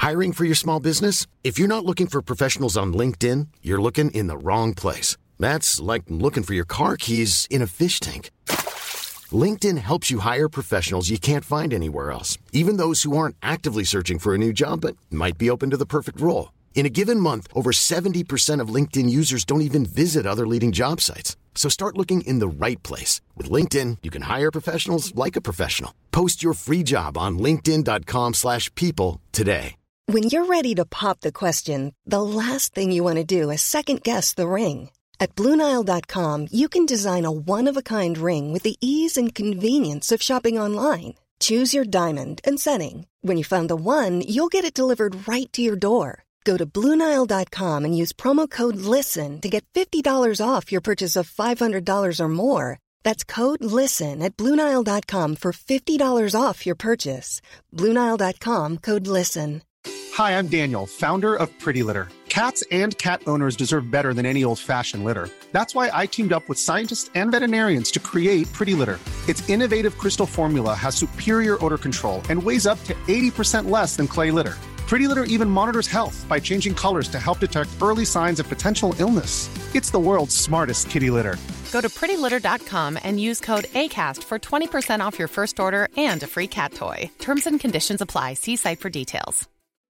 Hiring for your small business? If you're not looking for professionals on LinkedIn, you're looking in the wrong place. That's like looking for your car keys in a fish tank. LinkedIn helps you hire professionals you can't find anywhere else, even those who aren't actively searching for a new job but might be open to the perfect role. In a given month, over 70% of LinkedIn users don't even visit other leading job sites. So start looking in the right place. With LinkedIn, you can hire professionals like a professional. Post your free job on linkedin.com/people today. When you're ready to pop the question, the last thing you want to do is second-guess the ring. At BlueNile.com, you can design a one-of-a-kind ring with the ease and convenience of shopping online. Choose your diamond and setting. When you find the one, you'll get it delivered right to your door. Go to BlueNile.com and use promo code LISTEN to get $50 off your purchase of $500 or more. That's code LISTEN at BlueNile.com for $50 off your purchase. BlueNile.com, code LISTEN. Hi, I'm Daniel, founder of Pretty Litter. Cats and cat owners deserve better than any old-fashioned litter. That's why I teamed up with scientists and veterinarians to create Pretty Litter. Its innovative crystal formula has superior odor control and weighs up to 80% less than clay litter. Pretty Litter even monitors health by changing colors to help detect early signs of potential illness. It's the world's smartest kitty litter. Go to prettylitter.com and use code ACAST for 20% off your first order and a free cat toy. Terms and conditions apply. See site for details.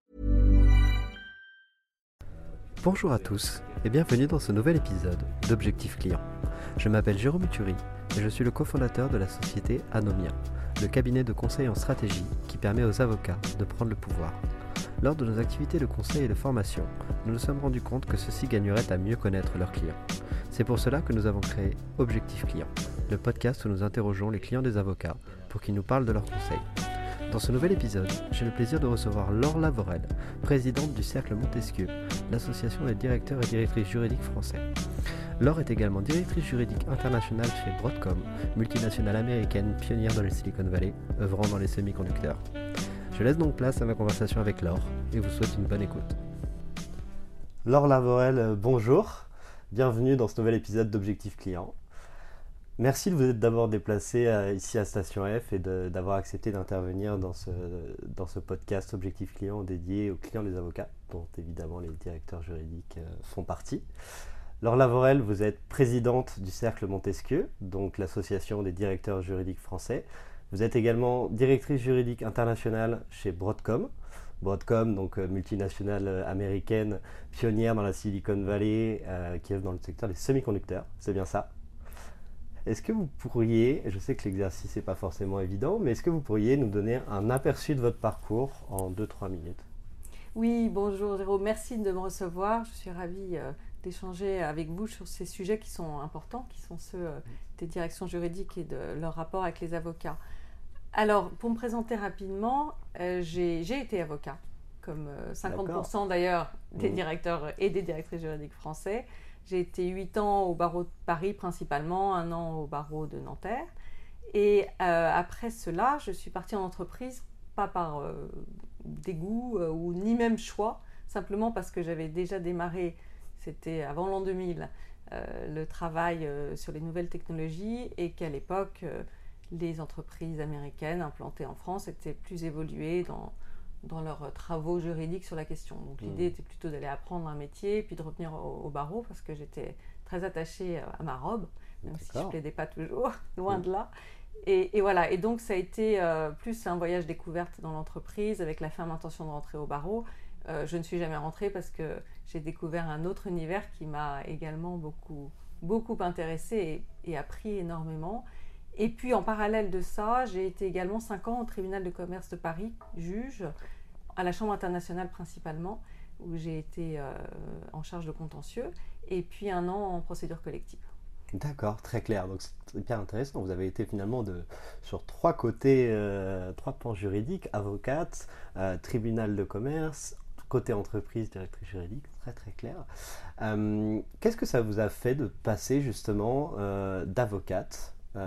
Bonjour à tous et bienvenue dans ce nouvel épisode d'Objectif Client. Je m'appelle Jérôme Uturi et je suis le cofondateur de la société Anomia, le cabinet de conseil en stratégie qui permet aux avocats de prendre le pouvoir. Lors de nos activités de conseil et de formation, nous nous sommes rendus compte que ceux-ci gagneraient à mieux connaître leurs clients. C'est pour cela que nous avons créé Objectif Client, le podcast où nous interrogeons les clients des avocats pour qu'ils nous parlent de leurs conseils. Dans ce nouvel épisode, j'ai le plaisir de recevoir Laure Lavorel, présidente du Cercle Montesquieu, l'association des directeurs et directrices juridiques français. Laure est également directrice juridique internationale chez Broadcom, multinationale américaine pionnière dans le Silicon Valley, œuvrant dans les semi-conducteurs. Je laisse donc place à ma conversation avec Laure et vous souhaite une bonne écoute. Laure Lavorel, bonjour, bienvenue dans ce nouvel épisode d'Objectif Client. Merci de vous être d'abord déplacé ici à Station F et d'avoir accepté d'intervenir dans ce podcast Objectif Client dédié aux clients des avocats, dont évidemment les directeurs juridiques font partie. Laure Lavorel, vous êtes présidente du Cercle Montesquieu, donc l'association des directeurs juridiques français. Vous êtes également directrice juridique internationale chez Broadcom. Broadcom, donc multinationale américaine, pionnière dans la Silicon Valley, qui œuvre dans le secteur des semi-conducteurs, c'est bien ça? Est-ce que vous pourriez, je sais que l'exercice n'est pas forcément évident, mais est-ce que vous pourriez nous donner un aperçu de votre parcours en 2-3 minutes? Oui, bonjour Jérôme, merci de me recevoir. Je suis ravie d'échanger avec vous sur ces sujets qui sont importants, qui sont ceux des directions juridiques et de leur rapport avec les avocats. Alors, pour me présenter rapidement, j'ai été avocat, comme 50% d'ailleurs des directeurs et des directrices juridiques français. J'ai été 8 ans au barreau de Paris principalement, 1 an au barreau de Nanterre. Et après cela, je suis partie en entreprise, pas par dégoût ou ni même choix, simplement parce que j'avais déjà démarré, c'était avant l'an 2000, le travail sur les nouvelles technologies et qu'à l'époque, les entreprises américaines implantées en France étaient plus évoluées dans leurs travaux juridiques sur la question. Donc l'idée était plutôt d'aller apprendre un métier, puis de revenir au barreau, parce que j'étais très attachée à ma robe, même si je ne plaidais pas toujours, loin de là. Et voilà, et donc ça a été plus un voyage découverte dans l'entreprise, avec la ferme intention de rentrer au barreau. Je ne suis jamais rentrée parce que j'ai découvert un autre univers qui m'a également beaucoup intéressée et appris énormément. Et puis en parallèle de ça, j'ai été également 5 ans au tribunal de commerce de Paris, juge, à la Chambre internationale principalement, où j'ai été en charge de contentieux, et puis 1 an en procédure collective. D'accord, très clair. Donc c'est hyper intéressant. Vous avez été finalement sur 3 côtés, 3 pans juridiques, avocate, tribunal de commerce, côté entreprise, directrice juridique, très très clair. Qu'est-ce que ça vous a fait de passer justement d'avocate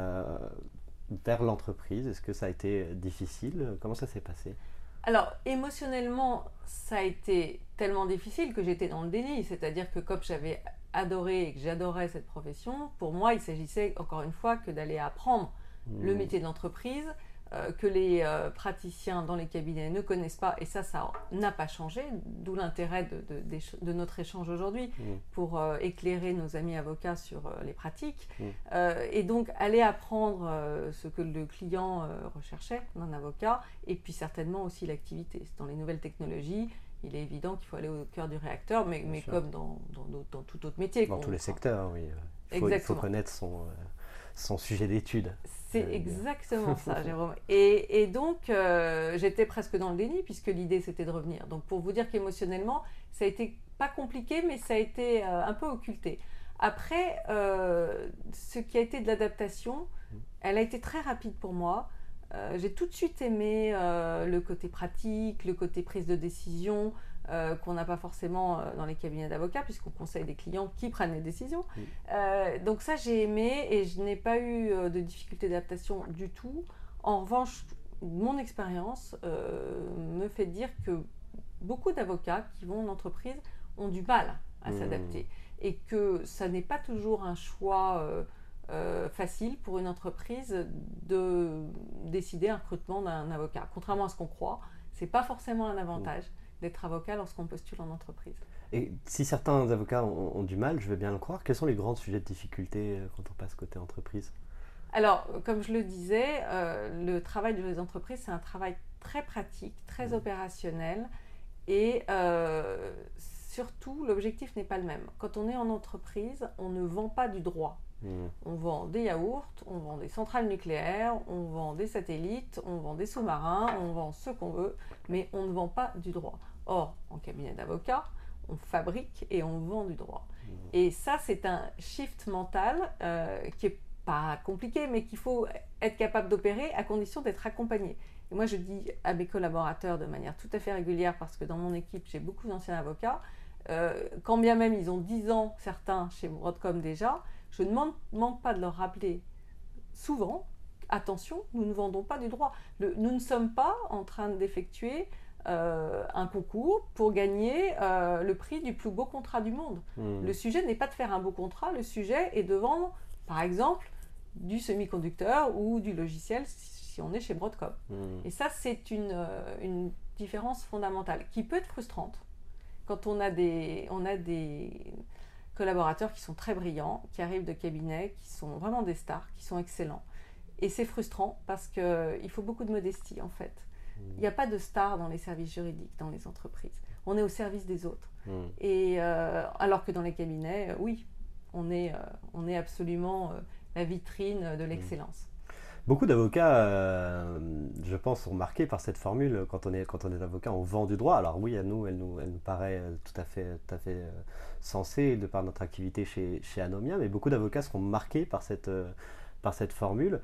vers l'entreprise? Est-ce que ça a été difficile? Comment ça s'est passé? Alors, émotionnellement, ça a été tellement difficile que j'étais dans le déni. C'est-à-dire que comme j'avais adoré et que j'adorais cette profession, pour moi, il s'agissait encore une fois que d'aller apprendre le métier de l'entreprise que les praticiens dans les cabinets ne connaissent pas, et ça n'a pas changé, d'où l'intérêt de notre échange aujourd'hui pour éclairer nos amis avocats sur les pratiques, et donc aller apprendre ce que le client recherchait d'un avocat, et puis certainement aussi l'activité. Dans les nouvelles technologies, il est évident qu'il faut aller au cœur du réacteur, mais comme dans tout autre métier. Dans tous les secteurs, oui. Il faut connaître son sujet d'étude. C'est exactement ça, Jérôme. Et donc, j'étais presque dans le déni, puisque l'idée, c'était de revenir. Donc, pour vous dire qu'émotionnellement, ça a été pas compliqué, mais ça a été un peu occulté. Après, ce qui a été de l'adaptation, elle a été très rapide pour moi. J'ai tout de suite aimé le côté pratique, le côté prise de décision, qu'on n'a pas forcément dans les cabinets d'avocats, puisqu'on conseille des clients qui prennent les décisions. Donc ça, j'ai aimé, et je n'ai pas eu de difficulté d'adaptation du tout. En revanche, mon expérience me fait dire que beaucoup d'avocats qui vont en entreprise ont du mal à s'adapter, et que ça n'est pas toujours un choix facile pour une entreprise de décider un recrutement d'un avocat. Contrairement à ce qu'on croit, c'est pas forcément un avantage d'être avocat lorsqu'on postule en entreprise. Et si certains avocats ont du mal, je veux bien le croire, quels sont les grands sujets de difficulté quand on passe côté entreprise ? Alors, comme je le disais, le travail dans les entreprises, c'est un travail très pratique, très opérationnel, et surtout, l'objectif n'est pas le même. Quand on est en entreprise, on ne vend pas du droit. On vend des yaourts, on vend des centrales nucléaires, on vend des satellites, on vend des sous-marins, on vend ce qu'on veut, mais on ne vend pas du droit. Or, en cabinet d'avocat, on fabrique et on vend du droit. Et ça, c'est un shift mental qui n'est pas compliqué, mais qu'il faut être capable d'opérer à condition d'être accompagné. Et moi, je dis à mes collaborateurs de manière tout à fait régulière, parce que dans mon équipe, j'ai beaucoup d'anciens avocats, quand bien même ils ont 10 ans, certains chez Broadcom déjà, je ne manque pas de leur rappeler souvent, attention, nous ne vendons pas du droit. Nous ne sommes pas en train d'effectuer un concours pour gagner le prix du plus beau contrat du monde. Le sujet n'est pas de faire un beau contrat, le sujet est de vendre, par exemple, du semi-conducteur ou du logiciel si on est chez Broadcom. Et ça, c'est une différence fondamentale qui peut être frustrante quand on a des collaborateurs qui sont très brillants, qui arrivent de cabinets, qui sont vraiment des stars, qui sont excellents. Et c'est frustrant parce qu'il faut beaucoup de modestie en fait. Il n'y a pas de stars dans les services juridiques, dans les entreprises. On est au service des autres. Et alors que dans les cabinets, oui, on est absolument la vitrine de l'excellence. Beaucoup d'avocats, je pense, sont marqués par cette formule. Quand on est avocat, on vend du droit. Alors oui, elle nous paraît tout à fait sensée de par notre activité chez Anomia, mais beaucoup d'avocats seront marqués par cette formule.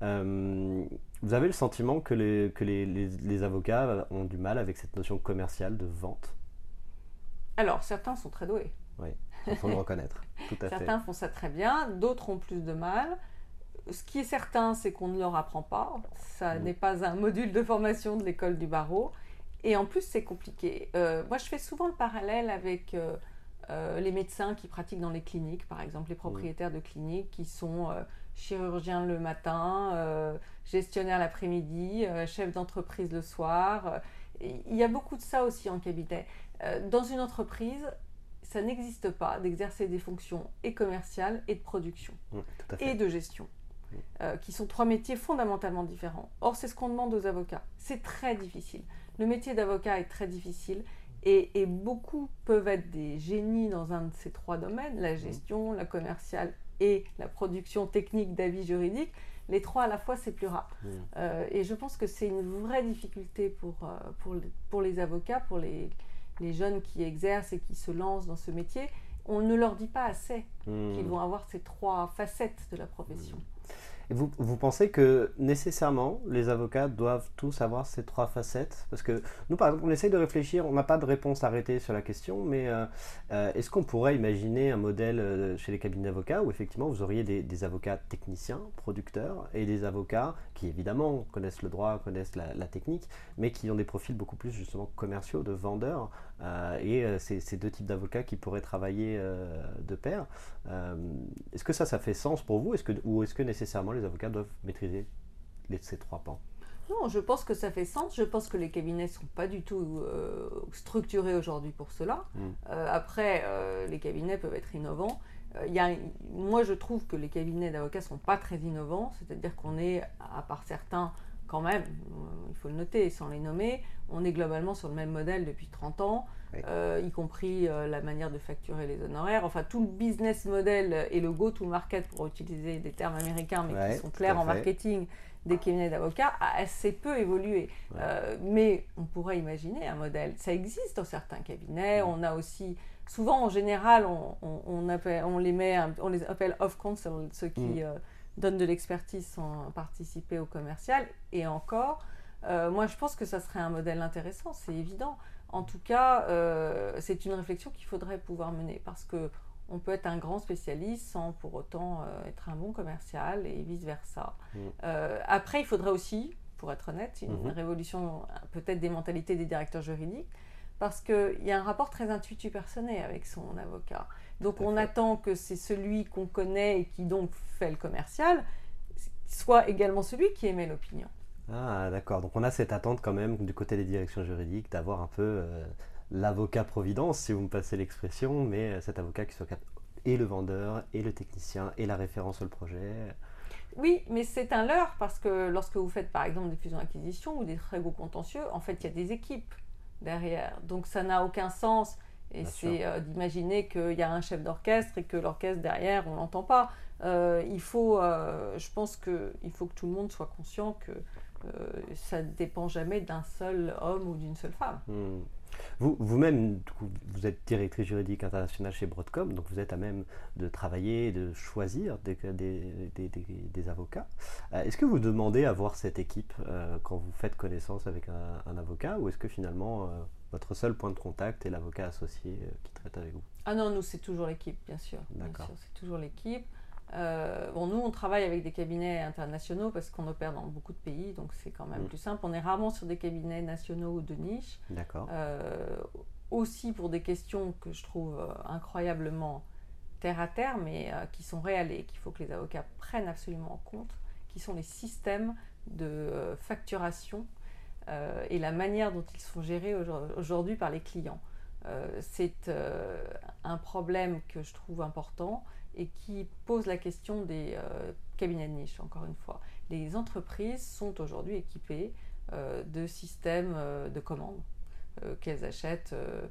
Vous avez le sentiment que les avocats ont du mal avec cette notion commerciale de vente ? Alors, certains sont très doués. Oui, il faut le reconnaître. Tout à fait. Certains font ça très bien, d'autres ont plus de mal. Ce qui est certain, c'est qu'on ne leur apprend pas. Ça n'est pas un module de formation de l'école du barreau. Et en plus, c'est compliqué. Moi, je fais souvent le parallèle avec les médecins qui pratiquent dans les cliniques, par exemple, les propriétaires de cliniques qui sont chirurgiens le matin, gestionnaires l'après-midi, chefs d'entreprise le soir. Il y a beaucoup de ça aussi en cabinet. Dans une entreprise, ça n'existe pas d'exercer des fonctions et commerciales et de production et de gestion. Qui sont 3 métiers fondamentalement différents. Or, c'est ce qu'on demande aux avocats. C'est très difficile. Le métier d'avocat est très difficile et beaucoup peuvent être des génies dans un de ces 3 domaines, la gestion, la commerciale et la production technique d'avis juridiques. Les 3 à la fois, c'est plus rare. Et je pense que c'est une vraie difficulté pour les avocats, pour les jeunes qui exercent et qui se lancent dans ce métier. On ne leur dit pas assez qu'ils vont avoir ces 3 facettes de la profession. Et vous pensez que nécessairement les avocats doivent tous avoir ces 3 facettes ? Parce que nous, par exemple, on essaye de réfléchir, on n'a pas de réponse arrêtée sur la question, mais est-ce qu'on pourrait imaginer un modèle chez les cabinets d'avocats où effectivement vous auriez des avocats techniciens, producteurs, et des avocats qui évidemment connaissent le droit, connaissent la technique, mais qui ont des profils beaucoup plus justement commerciaux, de vendeurs, et ces 2 types d'avocats qui pourraient travailler de pair. Est-ce que ça fait sens pour vous ? Ou est-ce que nécessairement les avocats doivent maîtriser ces 3 pans ? Non, je pense que ça fait sens. Je pense que les cabinets ne sont pas du tout structurés aujourd'hui pour cela. Après, les cabinets peuvent être innovants. Moi, je trouve que les cabinets d'avocats ne sont pas très innovants. C'est-à-dire qu'on est, à part certains, quand même, il faut le noter sans les nommer, on est globalement sur le même modèle depuis 30 ans, y compris la manière de facturer les honoraires. Enfin, tout le business model et le go-to-market, pour utiliser des termes américains, mais qui sont clairs en marketing, des cabinets d'avocats, a assez peu évolué. Mais on pourrait imaginer un modèle. Ça existe dans certains cabinets. On a aussi, souvent en général, on les appelle off-counsel, ceux qui donnent de l'expertise sans participer au commercial. Et encore, moi je pense que ça serait un modèle intéressant, c'est évident. En tout cas, c'est une réflexion qu'il faudrait pouvoir mener parce que on peut être un grand spécialiste sans pour autant être un bon commercial et vice-versa. Après, il faudrait aussi, pour être honnête, une révolution peut-être des mentalités des directeurs juridiques, parce qu'il y a un rapport très intuitu-personné avec son avocat. Donc on attend que c'est celui qu'on connaît et qui donc fait le commercial, soit également celui qui émet l'opinion. Ah d'accord, donc on a cette attente quand même du côté des directions juridiques d'avoir un peu... l'avocat providence, si vous me passez l'expression, mais cet avocat qui soit et le vendeur, et le technicien, et la référence sur le projet. Oui, mais c'est un leurre, parce que lorsque vous faites par exemple des fusions-acquisitions ou des très gros contentieux, en fait, il y a des équipes derrière. Donc ça n'a aucun sens. Et c'est d'imaginer qu'il y a un chef d'orchestre et que l'orchestre derrière, on ne l'entend pas. Je pense qu'il faut que tout le monde soit conscient que ça ne dépend jamais d'un seul homme ou d'une seule femme. Vous-même, vous êtes directrice juridique internationale chez Broadcom, donc vous êtes à même de travailler, de choisir des avocats. Est-ce que vous demandez à voir cette équipe quand vous faites connaissance avec un avocat, ou est-ce que finalement votre seul point de contact est l'avocat associé qui traite avec vous? Ah non, nous c'est toujours l'équipe, bien sûr. D'accord. Bien sûr, c'est toujours l'équipe. Nous, on travaille avec des cabinets internationaux parce qu'on opère dans beaucoup de pays, donc c'est quand même plus simple. On est rarement sur des cabinets nationaux ou de niche. D'accord. Aussi pour des questions que je trouve incroyablement terre à terre, mais qui sont réelles et qu'il faut que les avocats prennent absolument en compte, qui sont les systèmes de facturation et la manière dont ils sont gérés aujourd'hui par les clients. C'est un problème que je trouve important et qui pose la question des cabinets de niche, encore une fois. Les entreprises sont aujourd'hui équipées de systèmes de commande qu'elles achètent,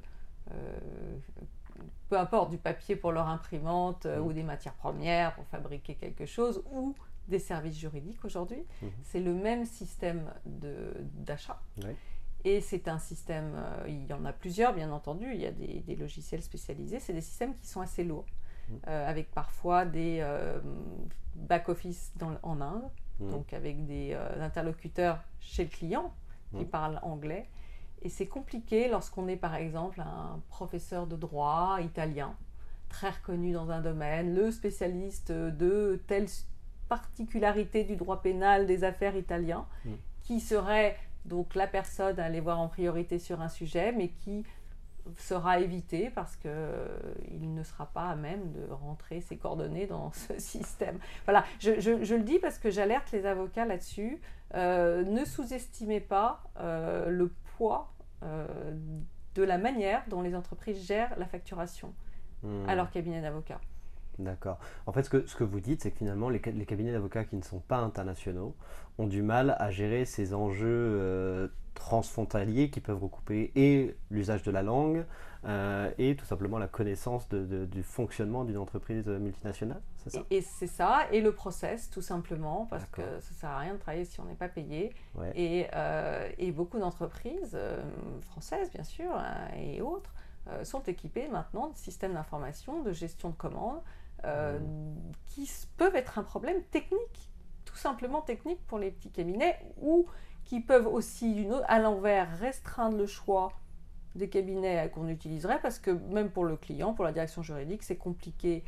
peu importe, du papier pour leur imprimante ou des matières premières pour fabriquer quelque chose, ou des services juridiques aujourd'hui. C'est le même système d'achat. Et c'est un système, il y en a plusieurs bien entendu, il y a des logiciels spécialisés, c'est des systèmes qui sont assez lourds. Avec parfois des back-office en Inde, donc avec des interlocuteurs chez le client qui parlent anglais. Et c'est compliqué lorsqu'on est par exemple un professeur de droit italien, très reconnu dans un domaine, le spécialiste de telle particularité du droit pénal des affaires italiens, qui serait donc la personne à aller voir en priorité sur un sujet, mais qui sera évité parce qu'il ne sera pas à même de rentrer ses coordonnées dans ce système. Voilà, je le dis parce que j'alerte les avocats là-dessus. Ne sous-estimez pas le poids de la manière dont les entreprises gèrent la facturation à leur cabinet d'avocats. D'accord. En fait, ce que vous dites, c'est que finalement, les cabinets d'avocats qui ne sont pas internationaux ont du mal à gérer ces enjeux transfrontaliers qui peuvent recouper et l'usage de la langue et tout simplement la connaissance du fonctionnement d'une entreprise multinationale, c'est ça? Et c'est ça, et le process tout simplement, parce que ça ne sert à rien de travailler si on n'est pas payé. Et beaucoup d'entreprises françaises bien sûr et autres sont équipées maintenant de systèmes d'information, de gestion de commandes qui peuvent être un problème technique, tout simplement technique pour les petits cabinets, ou qui peuvent aussi, à l'envers, restreindre le choix des cabinets qu'on utiliserait, parce que même pour le client, pour la direction juridique, c'est compliqué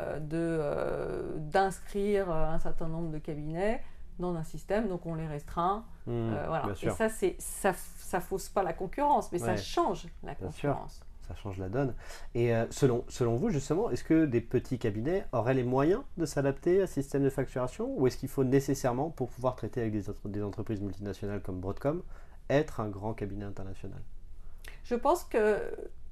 d'inscrire un certain nombre de cabinets dans un système, donc on les restreint. Voilà. Et ça fausse pas la concurrence, mais ça change la concurrence. ça change la donne. Et selon vous, justement, est-ce que des petits cabinets auraient les moyens de s'adapter à ce système de facturation, ou est-ce qu'il faut nécessairement, pour pouvoir traiter avec des entreprises multinationales comme Broadcom, être un grand cabinet international? Je pense que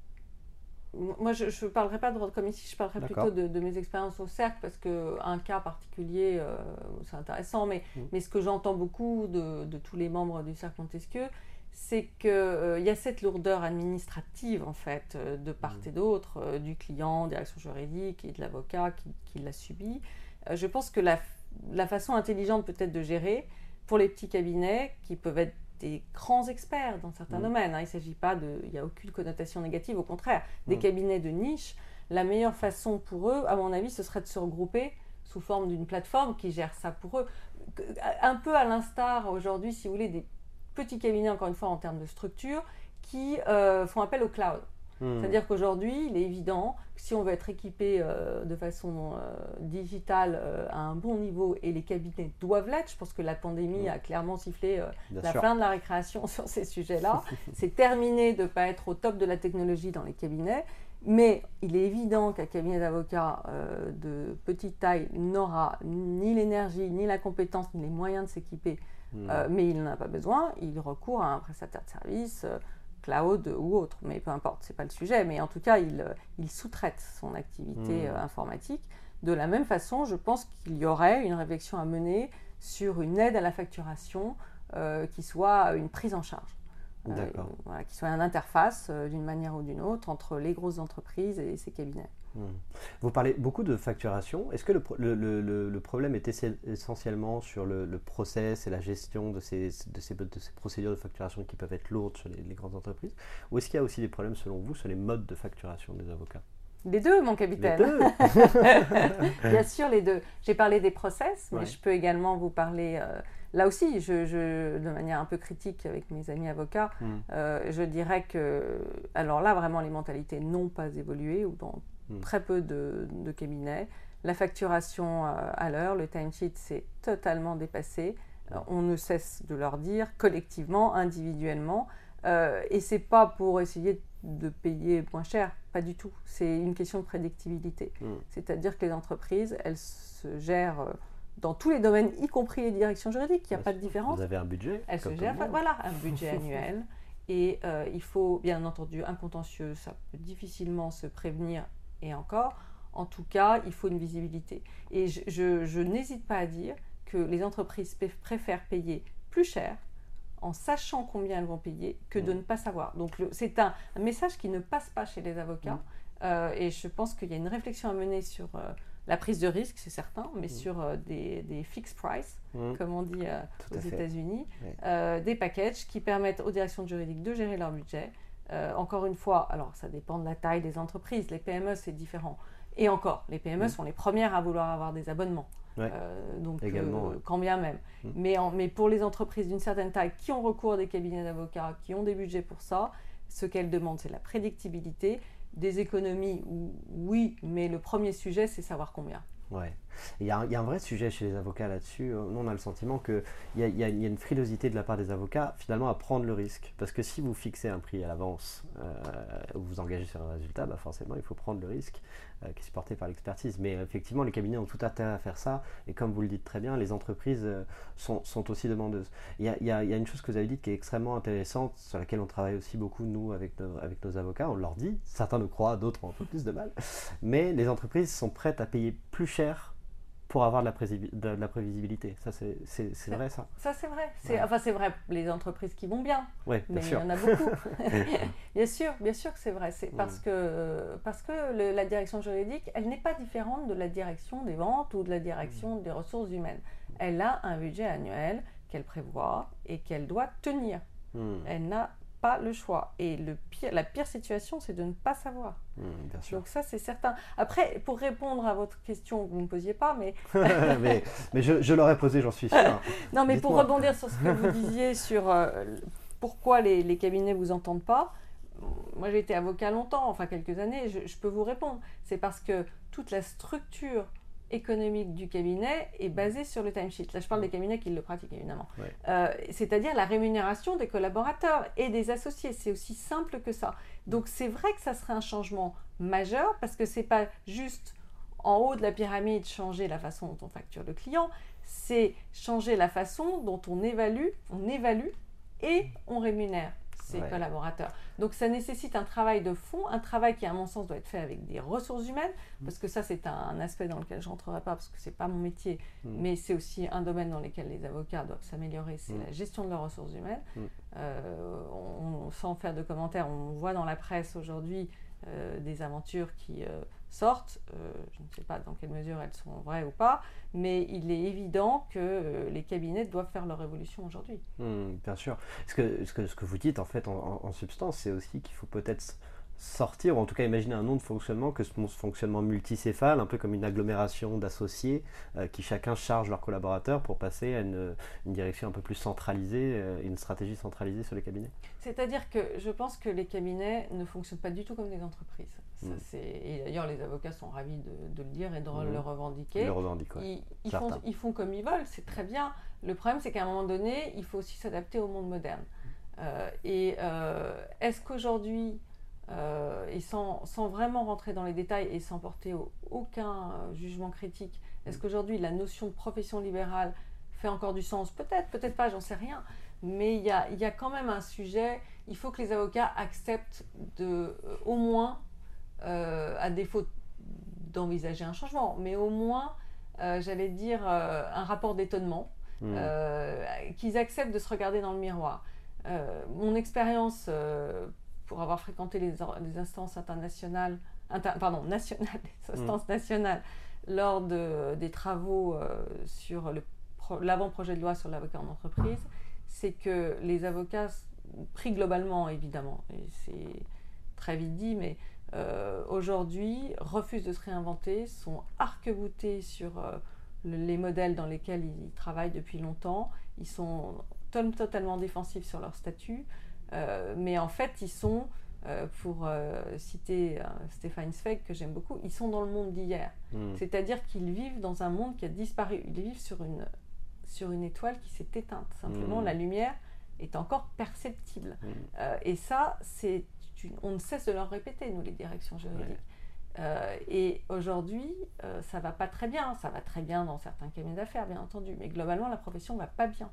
moi, je ne parlerai pas de Broadcom ici, je parlerai plutôt de mes expériences au cercle, parce qu'un cas particulier, c'est intéressant, mais ce que j'entends beaucoup de tous les membres du cercle Montesquieu, c'est qu'il y a cette lourdeur administrative, en fait, de part et d'autre, du client, direction juridique et de l'avocat qui l'a subi. Je pense que la façon intelligente peut-être de gérer, pour les petits cabinets, qui peuvent être des grands experts dans certains domaines, hein. Il ne s'agit pas il n'y a aucune connotation négative, au contraire, des cabinets de niche, la meilleure façon pour eux, à mon avis, ce serait de se regrouper sous forme d'une plateforme qui gère ça pour eux. Un peu à l'instar aujourd'hui, si vous voulez, des petits cabinets, encore une fois, en termes de structure, qui font appel au cloud. C'est-à-dire qu'aujourd'hui, il est évident que si on veut être équipé de façon digitale à un bon niveau, et les cabinets doivent l'être, je pense que la pandémie a clairement sifflé la fin de la récréation sur ces sujets-là. C'est terminé de ne pas être au top de la technologie dans les cabinets, mais il est évident qu'un cabinet d'avocats de petite taille n'aura ni l'énergie, ni la compétence, ni les moyens de s'équiper, mais il n'en a pas besoin, il recourt à un prestataire de service, cloud ou autre, mais peu importe, ce n'est pas le sujet, mais en tout cas, il sous-traite son activité informatique. De la même façon, je pense qu'il y aurait une réflexion à mener sur une aide à la facturation qui soit une prise en charge. Voilà, qui soit une interface d'une manière ou d'une autre entre les grosses entreprises et ces cabinets. Vous parlez beaucoup de facturation. Est-ce que le problème est essentiellement sur le process et la gestion de ces procédures de facturation qui peuvent être lourdes sur les grandes entreprises, ou est-ce qu'il y a aussi des problèmes, selon vous, sur les modes de facturation des avocats? Les deux, mon capitaine. Les deux. Bien sûr, les deux. J'ai parlé des process, mais je peux également vous parler... là aussi, de manière un peu critique avec mes amis avocats, je dirais que... Alors là, vraiment, les mentalités n'ont pas évolué, ou dans très peu de cabinets. La facturation à l'heure, le timesheet, c'est totalement dépassé. On ne cesse de leur dire, collectivement, individuellement. Et ce n'est pas pour essayer de payer moins cher, pas du tout. C'est une question de prédictibilité. C'est-à-dire que les entreprises, elles se gèrent dans tous les domaines, y compris les directions juridiques. Il n'y a pas de différence. Vous avez un budget. Elles se gèrent, voilà, un budget annuel. Et il faut, bien entendu, un contentieux, ça peut difficilement se prévenir, et encore. En tout cas, il faut une visibilité. Et je n'hésite pas à dire que les entreprises préfèrent payer plus cher en sachant combien elles vont payer que de ne pas savoir. Donc c'est un message qui ne passe pas chez les avocats. Et je pense qu'il y a une réflexion à mener sur la prise de risque, c'est certain, mais sur des fixed price, comme on dit aux États-Unis, des packages qui permettent aux directions juridiques de gérer leur budget. Encore une fois, alors ça dépend de la taille des entreprises. Les PME, c'est différent. Et encore, les PME sont les premières à vouloir avoir des abonnements. Donc, quand bien même. Mais pour les entreprises d'une certaine taille qui ont recours à des cabinets d'avocats, qui ont des budgets pour ça, ce qu'elles demandent, c'est la prédictibilité, des économies, oui, mais le premier sujet, c'est savoir combien. Ouais. Il y a un vrai sujet chez les avocats là-dessus. Nous, on a le sentiment qu'il y a une frilosité de la part des avocats, finalement, à prendre le risque. Parce que si vous fixez un prix à l'avance, ou vous engagez sur un résultat, forcément, il faut prendre le risque qui est supporté par l'expertise. Mais effectivement, les cabinets ont tout intérêt à faire ça. Et comme vous le dites très bien, les entreprises sont aussi demandeuses. Il y a une chose que vous avez dite qui est extrêmement intéressante, sur laquelle on travaille aussi beaucoup, nous, avec nos avocats. On leur dit, certains nous croient, d'autres ont un peu plus de mal. Mais les entreprises sont prêtes à payer plus cher pour avoir de la prévisibilité. Ça, c'est vrai, ça. Ça, c'est vrai. C'est vrai les entreprises qui vont bien. Oui, mais sûr. Il y en a beaucoup. Bien sûr que c'est vrai. C'est parce que la direction juridique, elle n'est pas différente de la direction des ventes ou de la direction des ressources humaines. Elle a un budget annuel qu'elle prévoit et qu'elle doit tenir. Elle n'a pas le choix. Et la pire situation, c'est de ne pas savoir. Bien sûr. Donc ça, c'est certain. Après, pour répondre à votre question que vous ne me posiez pas, mais... mais je l'aurais posée, j'en suis sûr. Non, mais pour rebondir sur ce que vous disiez sur pourquoi les cabinets ne vous entendent pas, moi j'ai été avocat longtemps, enfin quelques années, je peux vous répondre. C'est parce que toute la structure économique du cabinet est basée sur le timesheet. Là, je parle des cabinets qui le pratiquent, évidemment. Ouais. C'est-à-dire la rémunération des collaborateurs et des associés. C'est aussi simple que ça. Donc, c'est vrai que ça serait un changement majeur parce que ce n'est pas juste en haut de la pyramide changer la façon dont on facture le client, c'est changer la façon dont on évalue et on rémunère ses collaborateurs. Donc ça nécessite un travail de fond, un travail qui à mon sens doit être fait avec des ressources humaines, parce que ça c'est un aspect dans lequel je rentrerai pas parce que c'est pas mon métier, mais c'est aussi un domaine dans lequel les avocats doivent s'améliorer, c'est la gestion de leurs ressources humaines. Sans faire de commentaires, on voit dans la presse aujourd'hui des aventures qui sortent, je ne sais pas dans quelle mesure elles sont vraies ou pas, mais il est évident que les cabinets doivent faire leur évolution aujourd'hui. Bien sûr. Ce que vous dites en fait en substance, c'est aussi qu'il faut peut-être sortir, ou en tout cas imaginer un nom de fonctionnement, que ce fonctionnement multicéphale, un peu comme une agglomération d'associés qui chacun charge leurs collaborateurs pour passer à une direction un peu plus centralisée, une stratégie centralisée sur les cabinets. C'est-à-dire que je pense que les cabinets ne fonctionnent pas du tout comme des entreprises. Et d'ailleurs les avocats sont ravis de le dire et de le revendiquer. Ils le revendiquent, ouais. Ils font comme ils veulent, c'est très bien. Le problème c'est qu'à un moment donné, il faut aussi s'adapter au monde moderne. Est-ce qu'aujourd'hui, et sans vraiment rentrer dans les détails et sans porter aucun jugement critique, est-ce qu'aujourd'hui la notion de profession libérale fait encore du sens? Peut-être pas, j'en sais rien. Mais il y a quand même un sujet, il faut que les avocats acceptent au moins, à défaut d'envisager un changement, mais au moins, j'allais dire, un rapport d'étonnement, qu'ils acceptent de se regarder dans le miroir. Mon expérience, pour avoir fréquenté les instances nationales, les instances nationales, lors des travaux sur l'avant-projet de loi sur l'avocat en entreprise, c'est que les avocats, pris globalement évidemment, et c'est très vite dit, mais aujourd'hui refusent de se réinventer, sont arc-boutés sur les modèles dans lesquels ils travaillent depuis longtemps, ils sont totalement défensifs sur leur statut, mais en fait ils sont, pour citer Stéphane Zweig que j'aime beaucoup, ils sont dans le monde d'hier. C'est-à-dire qu'ils vivent dans un monde qui a disparu, ils vivent sur une étoile qui s'est éteinte. Simplement, la lumière est encore perceptible. Et ça, on ne cesse de leur répéter, nous, les directions juridiques. Et aujourd'hui, ça ne va pas très bien. Ça va très bien dans certains cabinets d'affaires, bien entendu. Mais globalement, la profession ne va pas bien.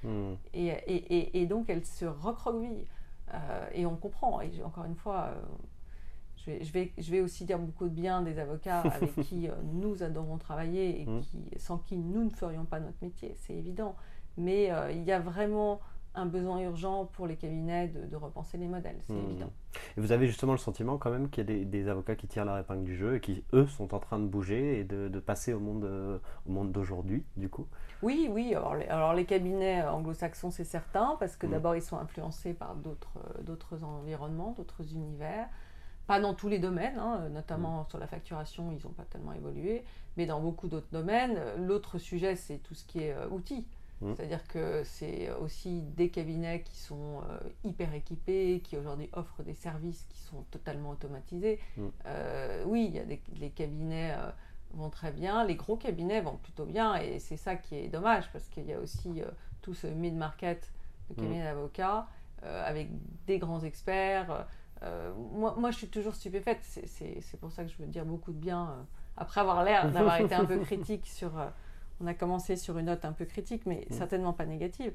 Et donc, elle se recroqueville. Et on comprend. Et encore une fois... Je vais aussi dire beaucoup de bien des avocats avec qui nous adorons travailler et sans qui nous ne ferions pas notre métier, c'est évident. Mais il y a vraiment un besoin urgent pour les cabinets de repenser les modèles, c'est évident. Et vous avez justement le sentiment quand même qu'il y a des avocats qui tirent leur épingle du jeu et qui, eux, sont en train de bouger et de passer au monde d'aujourd'hui, du coup? Oui. Alors les cabinets anglo-saxons, c'est certain, parce que d'abord, ils sont influencés par d'autres environnements, d'autres univers. Pas dans tous les domaines, notamment sur la facturation, ils n'ont pas tellement évolué, mais dans beaucoup d'autres domaines. L'autre sujet, c'est tout ce qui est outils. C'est-à-dire que c'est aussi des cabinets qui sont hyper équipés, qui aujourd'hui offrent des services qui sont totalement automatisés. Oui, les cabinets vont très bien, les gros cabinets vont plutôt bien, et c'est ça qui est dommage, parce qu'il y a aussi tout ce mid-market de cabinets d'avocats, avec des grands experts. Moi, je suis toujours stupéfaite. C'est pour ça que je veux dire beaucoup de bien. Après avoir l'air d'avoir été un peu critique sur... on a commencé sur une note un peu critique, mais certainement pas négative.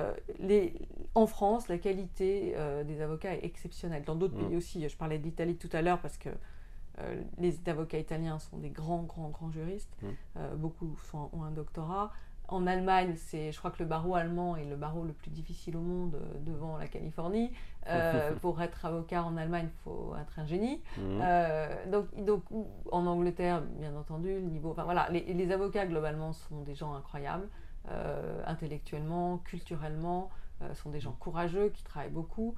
En France, la qualité des avocats est exceptionnelle. Dans d'autres pays aussi. Je parlais d'Italie tout à l'heure parce que les avocats italiens sont des grands juristes. Beaucoup ont un doctorat. En Allemagne, je crois que le barreau allemand est le barreau le plus difficile au monde devant la Californie. Pour être avocat en Allemagne, il faut être un génie. Donc, en Angleterre, bien entendu, le niveau... Enfin, voilà, les avocats, globalement, sont des gens incroyables, intellectuellement, culturellement, sont des gens courageux, qui travaillent beaucoup.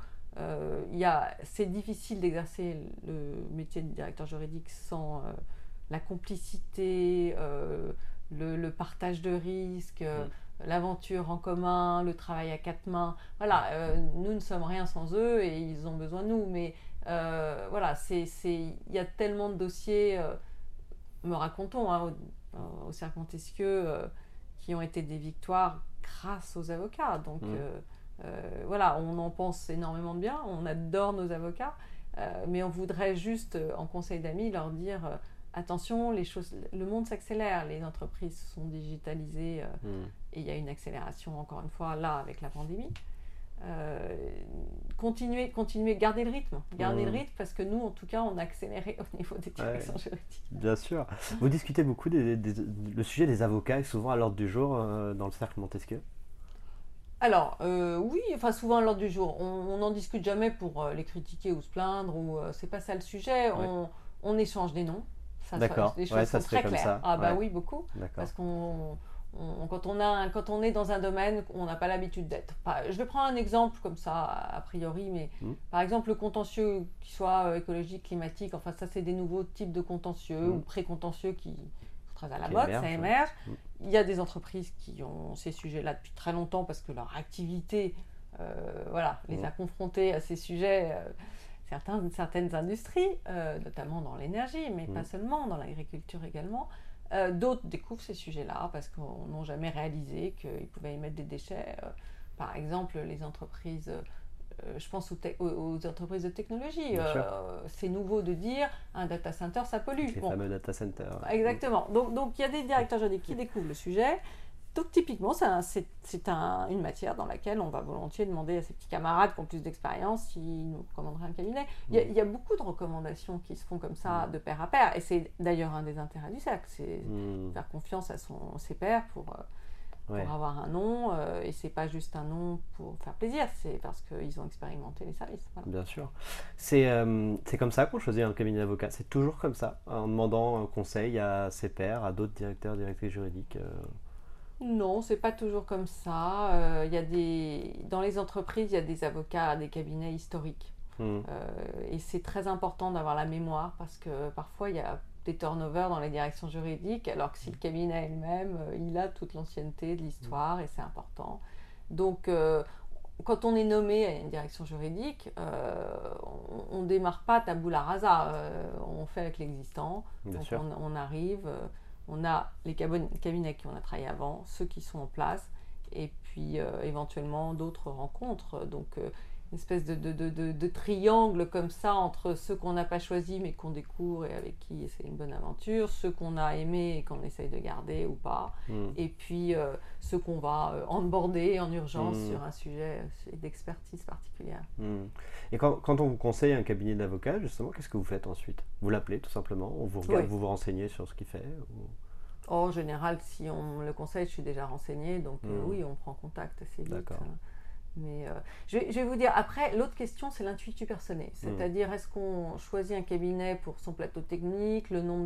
C'est difficile d'exercer le métier de directeur juridique sans la complicité... Le partage de risques, l'aventure en commun, le travail à quatre mains. Voilà, nous ne sommes rien sans eux et ils ont besoin de nous. Mais voilà, il y a tellement de dossiers, me racontons, au cercle Montesquieu qui ont été des victoires grâce aux avocats. Donc voilà, on en pense énormément de bien, on adore nos avocats, mais on voudrait juste, en conseil d'amis, leur dire attention, le monde s'accélère, les entreprises sont digitalisées et il y a une accélération, encore une fois, là, avec la pandémie. Continuer, garder le rythme, parce que nous, en tout cas, on a accéléré au niveau des directions juridiques. Bien sûr. Vous discutez beaucoup le sujet des avocats est souvent à l'ordre du jour dans le cercle Montesquieu. Alors, oui, enfin souvent à l'ordre du jour. On n'en discute jamais pour les critiquer ou se plaindre, c'est pas ça le sujet. On échange des noms. D'accord. Les choses sont très claires. Ça. Ah bah oui, beaucoup. Parce qu'on quand on est dans un domaine, on n'a pas l'habitude d'être. Je vais prendre un exemple comme ça, a priori, mais par exemple le contentieux, qui soit écologique, climatique, enfin ça c'est des nouveaux types de contentieux ou pré-contentieux qui sont très à la mode, ça émerge. Il y a des entreprises qui ont ces sujets-là depuis très longtemps parce que leur activité les a confrontés à ces sujets. Certaines industries, notamment dans l'énergie, mais pas seulement, dans l'agriculture également. D'autres découvrent ces sujets-là parce qu'on n'a jamais réalisé qu'ils pouvaient émettre des déchets. Par exemple, les entreprises, je pense aux entreprises de technologie. C'est nouveau de dire un data center, ça pollue. Les fameux data centers. Exactement. Donc, il y a des directeurs juridiques qui découvrent le sujet. Donc, typiquement, c'est une matière dans laquelle on va volontiers demander à ses petits camarades qui ont plus d'expérience s'ils nous recommanderaient un cabinet. Il y a beaucoup de recommandations qui se font comme ça, de pair à pair. Et c'est d'ailleurs un des intérêts du cercle, c'est faire confiance à ses pairs pour avoir un nom. Et c'est pas juste un nom pour faire plaisir, c'est parce qu'ils ont expérimenté les services. Voilà. Bien sûr. C'est comme ça qu'on choisit un cabinet d'avocat. C'est toujours comme ça, en demandant un conseil à ses pairs, à d'autres directeurs, directrices juridiques. Non, c'est pas toujours comme ça. Dans les entreprises, il y a des avocats, des cabinets historiques. Et c'est très important d'avoir la mémoire parce que parfois, il y a des turnovers dans les directions juridiques, alors que si le cabinet est le même, il a toute l'ancienneté de l'histoire et c'est important. Donc, quand on est nommé à une direction juridique, on ne démarre pas tabula rasa. On fait avec l'existant. Donc, on arrive... on a les cabinets qui on a travaillé avant, ceux qui sont en place, et puis éventuellement d'autres rencontres. Donc une espèce de triangle comme ça entre ceux qu'on n'a pas choisis mais qu'on découvre et avec qui c'est une bonne aventure, ceux qu'on a aimés et qu'on essaye de garder ou pas, et puis ceux qu'on va onboarder en urgence sur un sujet d'expertise particulière. Et quand on vous conseille un cabinet d'avocat, justement, qu'est-ce que vous faites ensuite ? Vous l'appelez tout simplement, vous vous renseignez sur ce qu'il fait En général, si on le conseille, je suis déjà renseignée, donc oui, on prend contact assez vite. D'accord. Mais je vais vous dire, après, l'autre question, c'est l'intuitu personnel. C'est-à-dire, est-ce qu'on choisit un cabinet pour son plateau technique, le nombre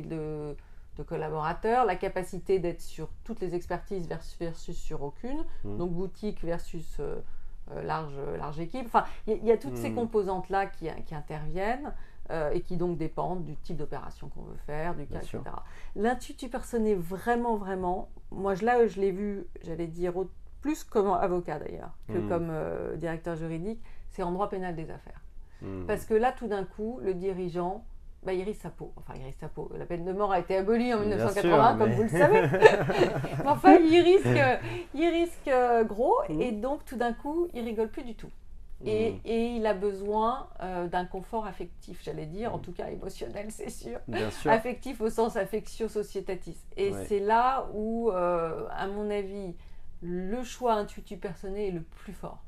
de collaborateurs, la capacité d'être sur toutes les expertises versus sur aucune, donc boutique versus large équipe. Enfin, il y a toutes ces composantes-là qui interviennent et qui donc dépendent du type d'opération qu'on veut faire, du cas, etc. L'intuitu personnel, vraiment, vraiment, moi, je l'ai vu, j'allais dire, plus comme avocat d'ailleurs que comme directeur juridique, c'est en droit pénal des affaires. Parce que là, tout d'un coup, le dirigeant, il risque sa peau. Enfin, il risque sa peau. La peine de mort a été abolie en 1980, comme vous le savez. Enfin, il risque gros, et donc tout d'un coup, il rigole plus du tout. Et il a besoin d'un confort affectif, j'allais dire, en tout cas émotionnel, c'est sûr. Bien sûr. Affectif au sens affectio societatis. Et c'est là où, à mon avis, le choix intuitif personnel est le plus fort.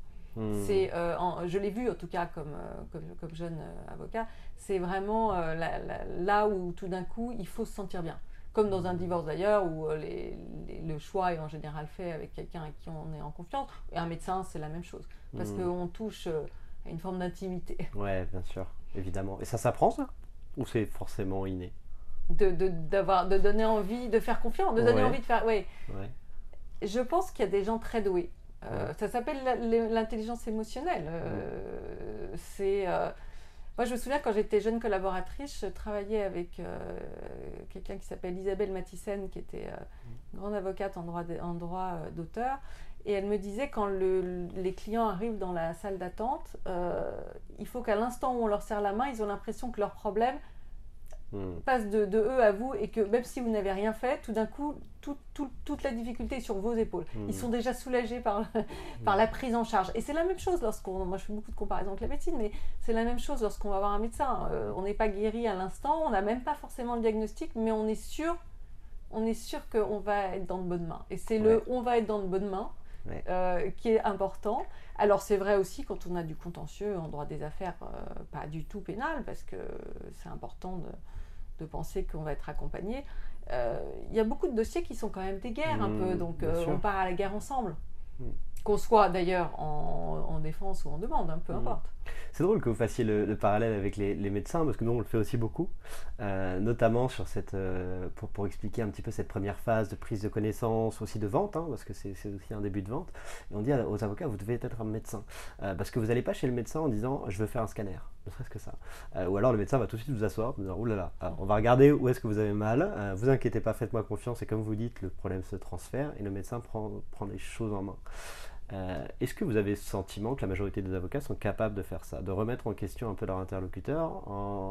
Je l'ai vu en tout cas comme jeune avocat, c'est vraiment là où tout d'un coup il faut se sentir bien. Comme dans un divorce d'ailleurs, où le choix est en général fait avec quelqu'un avec qui on est en confiance. Et un médecin, c'est la même chose. Parce qu'on touche à une forme d'intimité. Ouais, bien sûr, évidemment. Et ça s'apprend, ça ? Ou c'est forcément inné ? De donner envie, de faire confiance, de donner envie de faire... Ouais. Je pense qu'il y a des gens très doués. Ça s'appelle l'intelligence émotionnelle. Moi, je me souviens quand j'étais jeune collaboratrice, je travaillais avec quelqu'un qui s'appelle Isabelle Mathissen, qui était une grande avocate en droit d'auteur. Et elle me disait, quand les clients arrivent dans la salle d'attente, il faut qu'à l'instant où on leur serre la main, ils ont l'impression que leurs problèmes passe de eux à vous et que même si vous n'avez rien fait, tout d'un coup, toute la difficulté est sur vos épaules. Ils sont déjà soulagés par la prise en charge. Et c'est la même chose moi je fais beaucoup de comparaisons avec la médecine, mais c'est la même chose lorsqu'on va voir un médecin. On n'est pas guéri à l'instant, on n'a même pas forcément le diagnostic, mais on est sûr qu'on va être dans de bonnes mains. Et c'est on va être dans de bonnes mains qui est important. Alors c'est vrai aussi quand on a du contentieux en droit des affaires, pas du tout pénal, parce que c'est important de penser qu'on va être accompagné. Il y a beaucoup de dossiers qui sont quand même des guerres un peu, donc on part à la guerre ensemble. Qu'on soit d'ailleurs en défense ou en demande, peu importe. C'est drôle que vous fassiez le parallèle avec les médecins, parce que nous on le fait aussi beaucoup, notamment sur pour expliquer un petit peu cette première phase de prise de connaissance, aussi de vente, parce que c'est aussi un début de vente. Et on dit aux avocats, vous devez être un médecin, parce que vous n'allez pas chez le médecin en disant je veux faire un scanner, ne serait-ce que ça. Ou alors le médecin va tout de suite vous asseoir, vous dire oulala, on va regarder où est-ce que vous avez mal, vous inquiétez pas, faites-moi confiance, et comme vous dites, le problème se transfère et le médecin prend les choses en main. Est-ce que vous avez le sentiment que la majorité des avocats sont capables de faire ça, de remettre en question un peu leur interlocuteur